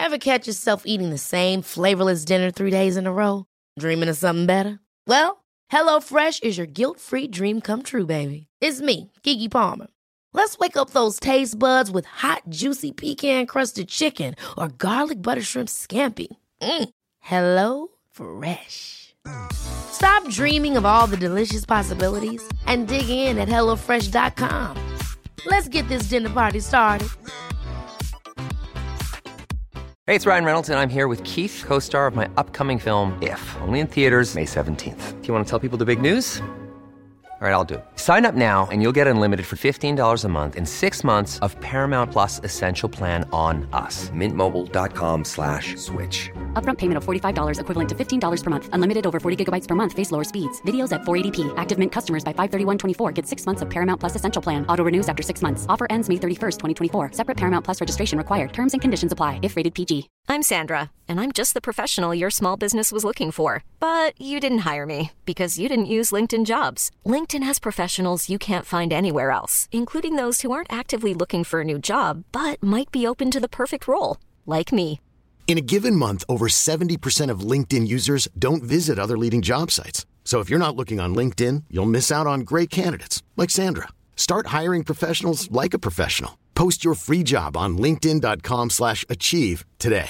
Ever catch yourself eating the same flavorless dinner 3 days in a row? Dreaming of something better? Well, HelloFresh is your guilt-free dream come true, baby. It's me, Keke Palmer. Let's wake up those taste buds with hot, juicy pecan-crusted chicken or garlic butter shrimp scampi. Hello Fresh. Stop dreaming of all the delicious possibilities and dig in at HelloFresh.com. Let's get this dinner party started. Hey, it's Ryan Reynolds, and I'm here with Keith, co-star of my upcoming film, If, only in theaters May 17th. Do you want to tell people the big news? All right, I'll do it. Sign up now and you'll get unlimited for $15 a month and 6 months of Paramount Plus Essential Plan on us. MintMobile.com/switch. Upfront payment of $45 equivalent to $15 per month. Unlimited over 40 gigabytes per month. Face lower speeds. Videos at 480p. Active Mint customers by 531.24 get 6 months of Paramount Plus Essential Plan. Auto renews after 6 months. Offer ends May 31st, 2024. Separate Paramount Plus registration required. Terms and conditions apply if rated PG. I'm Sandra, and I'm just the professional your small business was looking for. But you didn't hire me because you didn't use LinkedIn Jobs. LinkedIn has professionals you can't find anywhere else, including those who aren't actively looking for a new job, but might be open to the perfect role, like me. In a given month, over 70% of LinkedIn users don't visit other leading job sites. So if you're not looking on LinkedIn, you'll miss out on great candidates like Sandra. Start hiring professionals like a professional. Post your free job on linkedin.com/achieve today.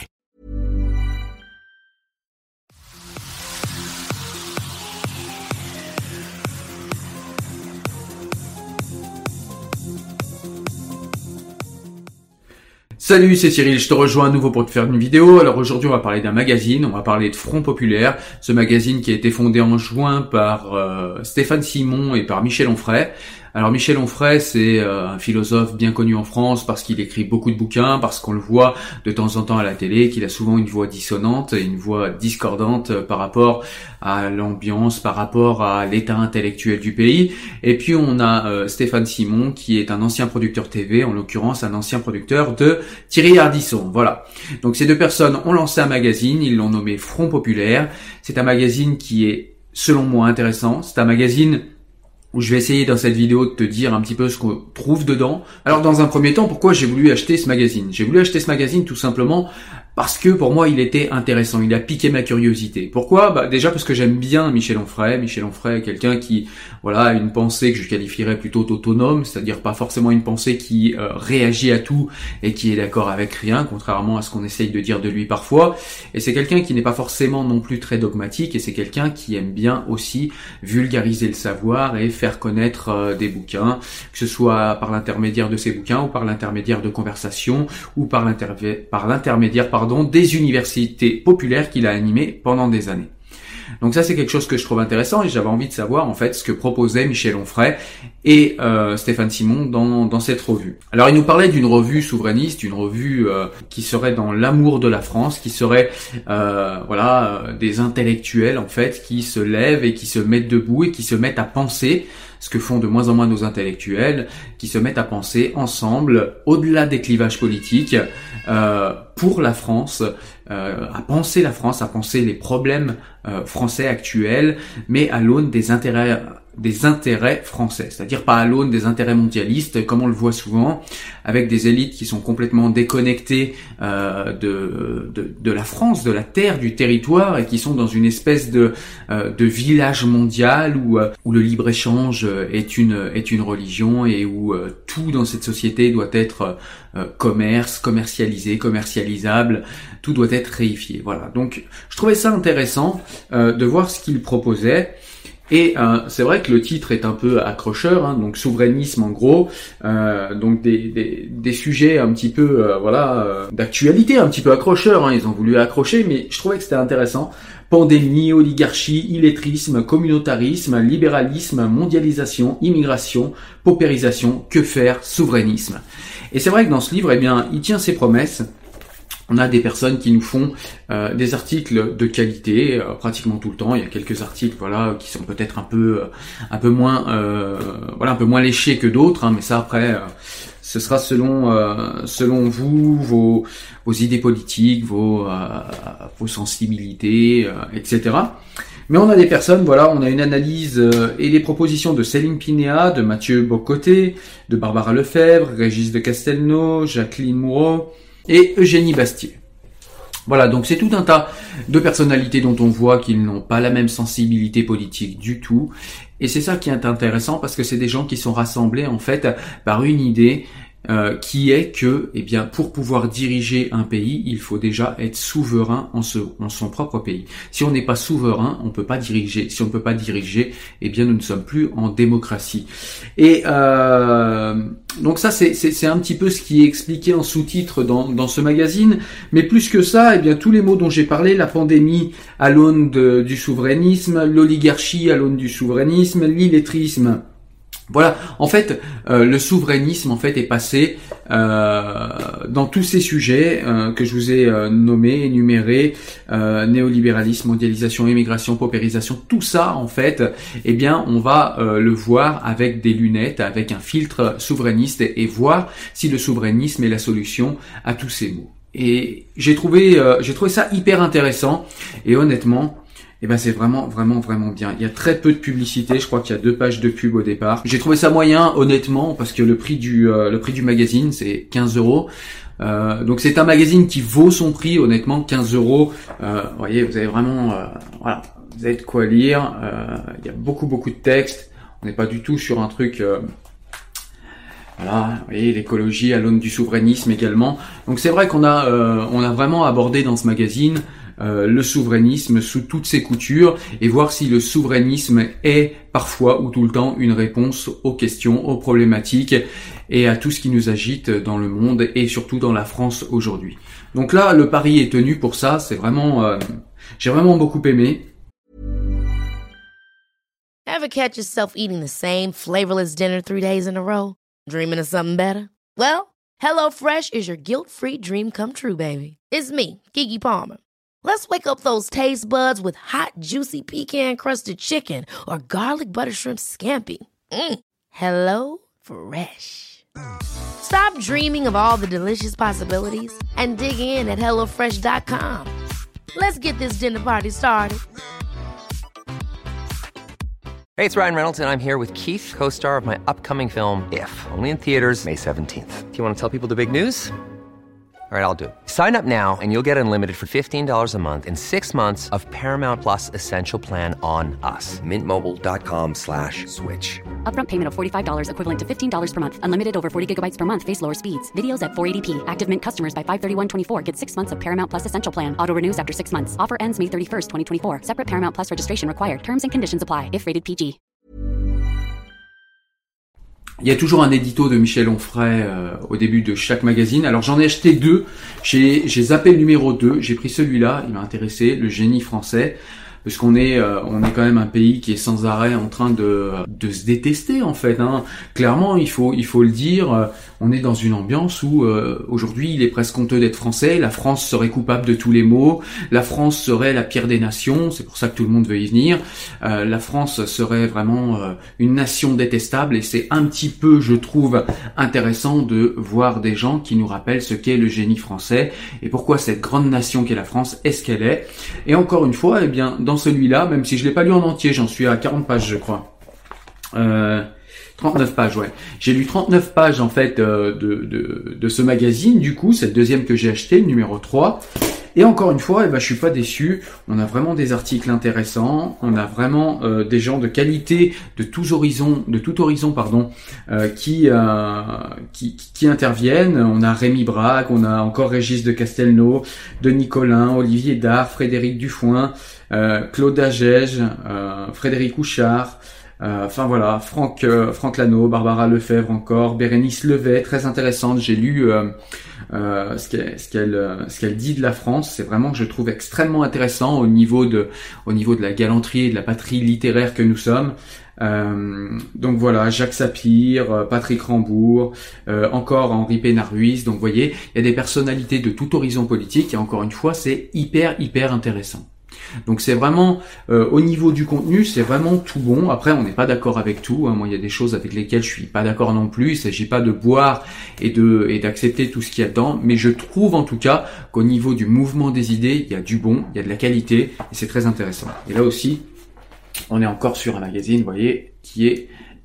Salut, c'est Cyril, je te rejoins à nouveau pour te faire une vidéo. Alors aujourd'hui on va parler d'un magazine, on va parler de Front Populaire, ce magazine qui a été fondé en juin par Stéphane Simon et par Michel Onfray. Alors Michel Onfray, c'est un philosophe bien connu en France parce qu'il écrit beaucoup de bouquins, parce qu'on le voit de temps en temps à la télé, qu'il a souvent une voix dissonante et une voix discordante par rapport à l'ambiance, par rapport à l'état intellectuel du pays. Et puis on a Stéphane Simon qui est un ancien producteur TV, en l'occurrence un ancien producteur de Thierry Ardisson. Voilà. Donc ces deux personnes ont lancé un magazine, ils l'ont nommé Front Populaire. C'est un magazine qui est, selon moi, intéressant. C'est un magazine où je vais essayer dans cette vidéo de te dire un petit peu ce qu'on trouve dedans. Alors dans un premier temps, pourquoi j'ai voulu acheter ce magazine ? J'ai voulu acheter ce magazine tout simplement parce que pour moi il était intéressant, il a piqué ma curiosité. Pourquoi ? Déjà parce que j'aime bien Michel Onfray. Michel Onfray est quelqu'un qui a une pensée que je qualifierais plutôt d'autonome, c'est-à-dire pas forcément une pensée qui réagit à tout et qui est d'accord avec rien, contrairement à ce qu'on essaye de dire de lui parfois. Et c'est quelqu'un qui n'est pas forcément non plus très dogmatique, et c'est quelqu'un qui aime bien aussi vulgariser le savoir et faire connaître des bouquins, que ce soit par l'intermédiaire de ses bouquins ou par l'intermédiaire de conversations ou par l'intermédiaire des universités populaires qu'il a animées pendant des années. Donc ça c'est quelque chose que je trouve intéressant et j'avais envie de savoir en fait ce que proposait Michel Onfray et Stéphane Simon dans cette revue. Alors il nous parlait d'une revue souverainiste, une revue qui serait dans l'amour de la France, qui serait des intellectuels en fait qui se lèvent et qui se mettent debout et qui se mettent à penser, ce que font de moins en moins nos intellectuels, qui se mettent à penser ensemble, au-delà des clivages politiques, pour la France, à penser la France, à penser les problèmes français actuels, mais à l'aune des intérêts français, c'est-à-dire pas à l'aune des intérêts mondialistes, comme on le voit souvent, avec des élites qui sont complètement déconnectées de la France, de la terre, du territoire, et qui sont dans une espèce de village mondial où le libre-échange est une religion et où tout dans cette société doit être commercialisable, tout doit être réifié. Voilà. Donc je trouvais ça intéressant de voir ce qu'il proposait. Et c'est vrai que le titre est un peu accrocheur, hein, donc souverainisme en gros, donc des sujets un petit peu d'actualité, un petit peu accrocheurs, hein, ils ont voulu accrocher, mais je trouvais que c'était intéressant. Pandémie, oligarchie, illettrisme, communautarisme, libéralisme, mondialisation, immigration, paupérisation, que faire, souverainisme. Et c'est vrai que dans ce livre, il tient ses promesses. On a des personnes qui nous font des articles de qualité pratiquement tout le temps. Il y a quelques articles qui sont peut-être un peu moins léchés que d'autres, hein, mais ça après ce sera selon vous, vos idées politiques, vos sensibilités, etc. Mais on a des personnes, on a une analyse et des propositions de Céline Pinéa, de Mathieu Bocoté, de Barbara Lefebvre, Régis de Castelnau, Jacqueline Moureau et Eugénie Bastier. Voilà, donc c'est tout un tas de personnalités dont on voit qu'ils n'ont pas la même sensibilité politique du tout. Et c'est ça qui est intéressant parce que c'est des gens qui sont rassemblés en fait par une idée qui est que, eh bien, pour pouvoir diriger un pays, il faut déjà être souverain en son propre pays. Si on n'est pas souverain, on peut pas diriger. Si on ne peut pas diriger, eh bien, nous ne sommes plus en démocratie. Et donc ça, c'est un petit peu ce qui est expliqué en sous-titre dans ce magazine. Mais plus que ça, eh bien, tous les mots dont j'ai parlé, la pandémie à l'aune du souverainisme, l'oligarchie à l'aune du souverainisme, l'illettrisme. Voilà, en fait, le souverainisme en fait est passé dans tous ces sujets que je vous ai nommés, énumérés, néolibéralisme, mondialisation, immigration, paupérisation, tout ça en fait, eh bien, on va le voir avec des lunettes, avec un filtre souverainiste et voir si le souverainisme est la solution à tous ces maux. Et j'ai trouvé ça hyper intéressant et honnêtement, eh ben c'est vraiment bien. Il y a très peu de publicité, je crois qu'il y a 2 pages de pub au départ. J'ai trouvé ça moyen, honnêtement, parce que le prix du magazine c'est 15 €. Donc c'est un magazine qui vaut son prix, honnêtement, 15 €. Vous voyez, vous avez vraiment, voilà, vous avez de quoi lire. Il y a beaucoup de textes. On n'est pas du tout sur un truc. Voilà, vous voyez, l'écologie à l'aune du souverainisme également. Donc c'est vrai qu'on a vraiment abordé dans ce magazine le souverainisme sous toutes ses coutures et voir si le souverainisme est parfois ou tout le temps une réponse aux questions, aux problématiques et à tout ce qui nous agite dans le monde et surtout dans la France aujourd'hui. Donc là, le pari est tenu pour ça, c'est vraiment, j'ai vraiment beaucoup aimé. Ever catch yourself eating the same flavorless dinner 3 days in a row? Dreaming of something better? Well, HelloFresh is your guilt-free dream come true, baby. It's me, Keke Palmer. Let's wake up those taste buds with hot, juicy pecan-crusted chicken or garlic butter shrimp scampi. Hello Fresh. Stop dreaming of all the delicious possibilities and dig in at HelloFresh.com. Let's get this dinner party started. Hey, it's Ryan Reynolds, and I'm here with Keith, co-star of my upcoming film, If, only in theaters May 17th. Do you want to tell people the big news? All right, I'll do it. Sign up now and you'll get unlimited for $15 a month and 6 months of Paramount Plus Essential Plan on us. MintMobile.com/switch. Upfront payment of $45 equivalent to $15 per month. Unlimited over 40 gigabytes per month. Face lower speeds. Videos at 480p. Active Mint customers by 531.24 get 6 months of Paramount Plus Essential Plan. Auto renews after 6 months. Offer ends May 31st, 2024. Separate Paramount Plus registration required. Terms and conditions apply if rated PG. Il y a toujours un édito de Michel Onfray au début de chaque magazine. Alors j'en ai acheté 2, j'ai zappé le numéro 2, j'ai pris celui-là, il m'a intéressé, le génie français, parce qu'on est quand même un pays qui est sans arrêt en train de se détester en fait. Hein. Clairement, il faut le dire, on est dans une ambiance où aujourd'hui il est presque honteux d'être français, la France serait coupable de tous les maux, la France serait la pire des nations, c'est pour ça que tout le monde veut y venir, la France serait vraiment une nation détestable et c'est un petit peu, je trouve, intéressant de voir des gens qui nous rappellent ce qu'est le génie français et pourquoi cette grande nation qu'est la France est ce qu'elle est. Et encore une fois, eh bien, dans celui-là, même si je l'ai pas lu en entier, j'en suis à 40 pages, je crois. 39 pages, ouais. J'ai lu 39 pages, en fait, de ce magazine, du coup, c'est le deuxième que j'ai acheté, le numéro 3. Et encore une fois, eh ben, je suis pas déçu. On a vraiment des articles intéressants. On a vraiment des gens de qualité de tout horizon, qui interviennent. On a Rémi Braque, on a encore Régis de Castelnau, Denis Collin, Olivier Dard, Frédéric Dufoin, Claude Agege, Frédéric Houchard. Enfin voilà, Franck Lano, Barbara Lefebvre encore, Bérénice Levet, très intéressante. J'ai lu ce qu'elle dit de la France. C'est vraiment, je trouve, extrêmement intéressant au niveau de la galanterie et de la patrie littéraire que nous sommes. Donc voilà, Jacques Sapir, Patrick Rambourg, encore Henri Pénard-Ruiz. Donc vous voyez, il y a des personnalités de tout horizon politique et encore une fois, c'est hyper intéressant. Donc c'est vraiment, au niveau du contenu, c'est vraiment tout bon. Après, on n'est pas d'accord avec tout. Hein. Moi, il y a des choses avec lesquelles je suis pas d'accord non plus. Il s'agit pas de boire et d'accepter tout ce qu'il y a dedans. Mais je trouve en tout cas qu'au niveau du mouvement des idées, il y a du bon, il y a de la qualité et c'est très intéressant. Et là aussi, on est encore sur un magazine, vous voyez, qui est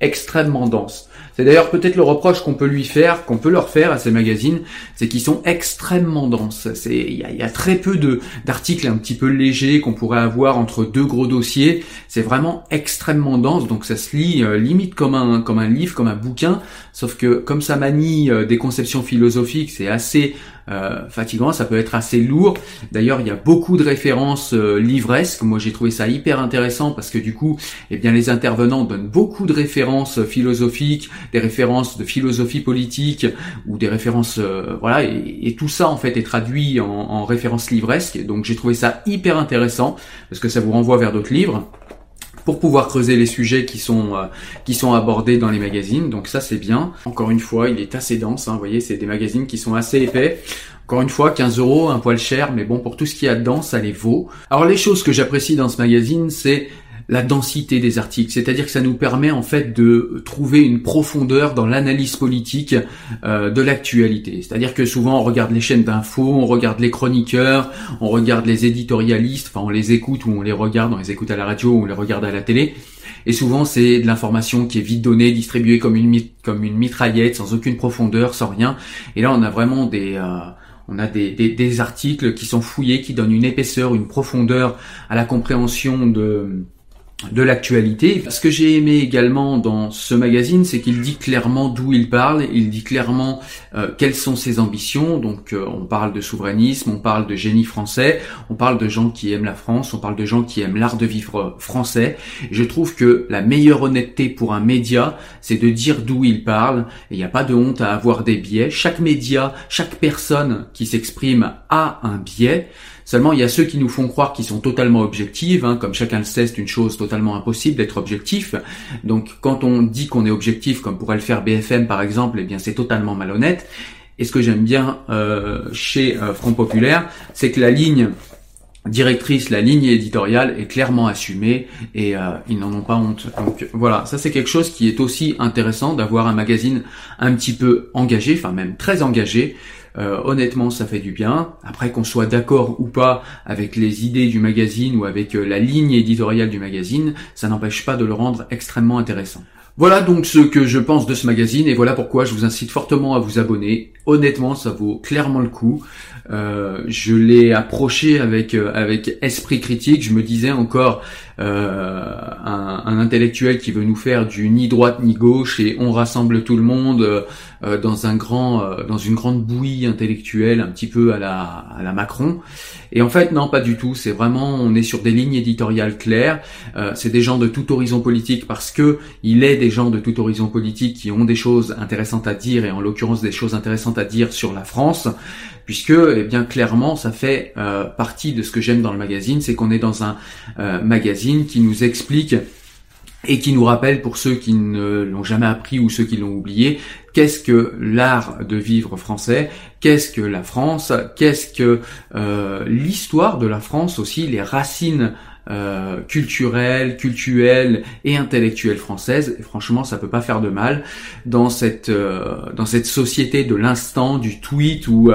extrêmement dense. C'est d'ailleurs peut-être le reproche qu'on peut leur faire à ces magazines, c'est qu'ils sont extrêmement denses. Il y a très peu d'articles un petit peu légers qu'on pourrait avoir entre deux gros dossiers. C'est vraiment extrêmement dense, donc ça se lit limite comme un livre, comme un bouquin, sauf que comme ça manie des conceptions philosophiques, c'est assez fatigant, ça peut être assez lourd. D'ailleurs, il y a beaucoup de références livresques. Moi, j'ai trouvé ça hyper intéressant parce que du coup, eh bien, les intervenants donnent beaucoup de références philosophiques, des références de philosophie politique ou des références, voilà, et tout ça en fait est traduit en références livresques. Donc, j'ai trouvé ça hyper intéressant parce que ça vous renvoie vers d'autres livres pour pouvoir creuser les sujets qui sont abordés dans les magazines. Donc ça, c'est bien. Encore une fois, il est assez dense, hein. Vous voyez, c'est des magazines qui sont assez épais. Encore une fois, 15 €, un poil cher, mais bon, pour tout ce qu'il y a dedans, ça les vaut. Alors les choses que j'apprécie dans ce magazine, c'est la densité des articles, c'est-à-dire que ça nous permet en fait de trouver une profondeur dans l'analyse politique de l'actualité. C'est-à-dire que souvent on regarde les chaînes d'infos, on regarde les chroniqueurs, on regarde les éditorialistes, enfin on les écoute ou on les regarde, on les écoute à la radio ou on les regarde à la télé. Et souvent c'est de l'information qui est vite donnée, distribuée comme une mitraillette, sans aucune profondeur, sans rien. Et là on a vraiment des articles qui sont fouillés, qui donnent une épaisseur, une profondeur à la compréhension de l'actualité. Ce que j'ai aimé également dans ce magazine, c'est qu'il dit clairement d'où il parle, il dit clairement quelles sont ses ambitions. Donc on parle de souverainisme, on parle de génie français, on parle de gens qui aiment la France, on parle de gens qui aiment l'art de vivre français. Et je trouve que la meilleure honnêteté pour un média, c'est de dire d'où il parle. Et il n'y a pas de honte à avoir des biais. Chaque média, chaque personne qui s'exprime a un biais. Seulement, il y a ceux qui nous font croire qu'ils sont totalement objectifs, hein, comme chacun le sait, c'est une chose totalement impossible d'être objectif. Donc, quand on dit qu'on est objectif, comme pourrait le faire BFM par exemple, eh bien, c'est totalement malhonnête. Et ce que j'aime bien chez Front Populaire, c'est que la ligne directrice, la ligne éditoriale est clairement assumée et ils n'en ont pas honte. Donc voilà, ça c'est quelque chose qui est aussi intéressant d'avoir un magazine un petit peu engagé, enfin même très engagé. Honnêtement, ça fait du bien. Après, qu'on soit d'accord ou pas avec les idées du magazine ou avec la ligne éditoriale du magazine, ça n'empêche pas de le rendre extrêmement intéressant. Voilà donc ce que je pense de ce magazine et voilà pourquoi je vous incite fortement à vous abonner. Honnêtement, ça vaut clairement le coup. Je l'ai approché avec esprit critique. Je me disais encore un intellectuel qui veut nous faire du ni droite ni gauche et on rassemble tout le monde dans une grande bouillie intellectuelle un petit peu à la Macron. Et en fait non, pas du tout. C'est vraiment, on est sur des lignes éditoriales claires. C'est des gens de tout horizon politique parce que il est des gens de tout horizon politique qui ont des choses intéressantes à dire et en l'occurrence des choses intéressantes à dire sur la France. Puisque, eh bien, clairement, ça fait partie de ce que j'aime dans le magazine, c'est qu'on est dans un magazine qui nous explique et qui nous rappelle, pour ceux qui ne l'ont jamais appris ou ceux qui l'ont oublié, qu'est-ce que l'art de vivre français, qu'est-ce que la France, qu'est-ce que l'histoire de la France aussi, les racines culturelle et intellectuelle française. Et franchement, ça peut pas faire de mal dans cette société de l'instant, du tweet où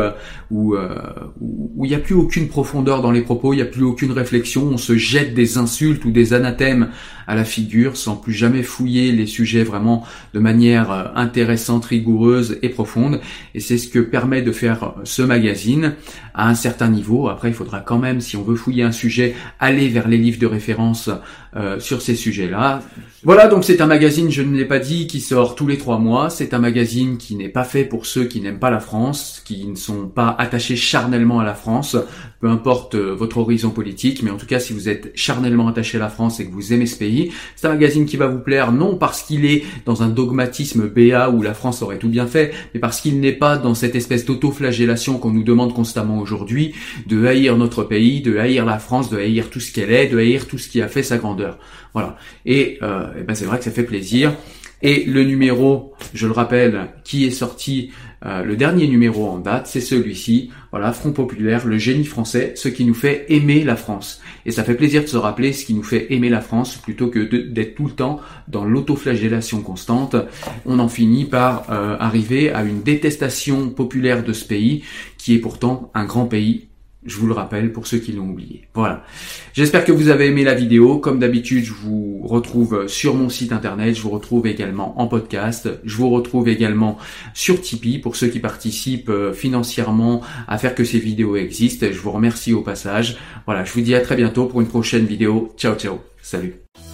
il y a plus aucune profondeur dans les propos, il y a plus aucune réflexion, on se jette des insultes ou des anathèmes à la figure sans plus jamais fouiller les sujets vraiment de manière intéressante, rigoureuse et profonde. Et c'est ce que permet de faire ce magazine à un certain niveau. Après, il faudra quand même, si on veut fouiller un sujet, aller vers les livres de référence sur ces sujets-là. Voilà, donc c'est un magazine, je ne l'ai pas dit, qui sort tous les 3 mois. C'est un magazine qui n'est pas fait pour ceux qui n'aiment pas la France, qui ne sont pas attachés charnellement à la France, peu importe votre horizon politique, mais en tout cas, si vous êtes charnellement attaché à la France et que vous aimez ce pays, c'est un magazine qui va vous plaire, non parce qu'il est dans un dogmatisme béat où la France aurait tout bien fait, mais parce qu'il n'est pas dans cette espèce d'autoflagellation qu'on nous demande constamment aujourd'hui, de haïr notre pays, de haïr la France, de haïr tout ce qu'elle est, de haïr tout ce qui a fait sa grandeur. Voilà. Et ben c'est vrai que ça fait plaisir. Et le numéro, je le rappelle, qui est sorti, le dernier numéro en date, c'est celui-ci. Voilà, Front Populaire, le génie français, ce qui nous fait aimer la France. Et ça fait plaisir de se rappeler ce qui nous fait aimer la France, plutôt que d'être tout le temps dans l'autoflagellation constante. On en finit par arriver à une détestation populaire de ce pays, qui est pourtant un grand pays. Je vous le rappelle pour ceux qui l'ont oublié. Voilà. J'espère que vous avez aimé la vidéo. Comme d'habitude, je vous retrouve sur mon site internet. Je vous retrouve également en podcast. Je vous retrouve également sur Tipeee pour ceux qui participent financièrement à faire que ces vidéos existent. Je vous remercie au passage. Voilà, je vous dis à très bientôt pour une prochaine vidéo. Ciao, ciao. Salut.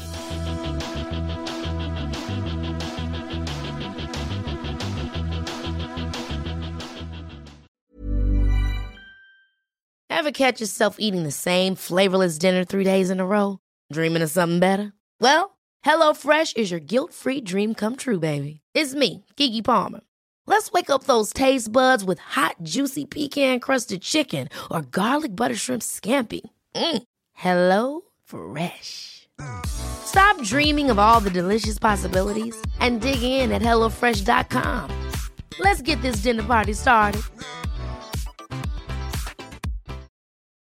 Ever catch yourself eating the same flavorless dinner 3 days in a row? Dreaming of something better? Well, HelloFresh is your guilt-free dream come true, baby. It's me, Keke Palmer. Let's wake up those taste buds with hot, juicy pecan-crusted chicken or garlic butter shrimp scampi. Hello Fresh. Stop dreaming of all the delicious possibilities and dig in at HelloFresh.com. Let's get this dinner party started.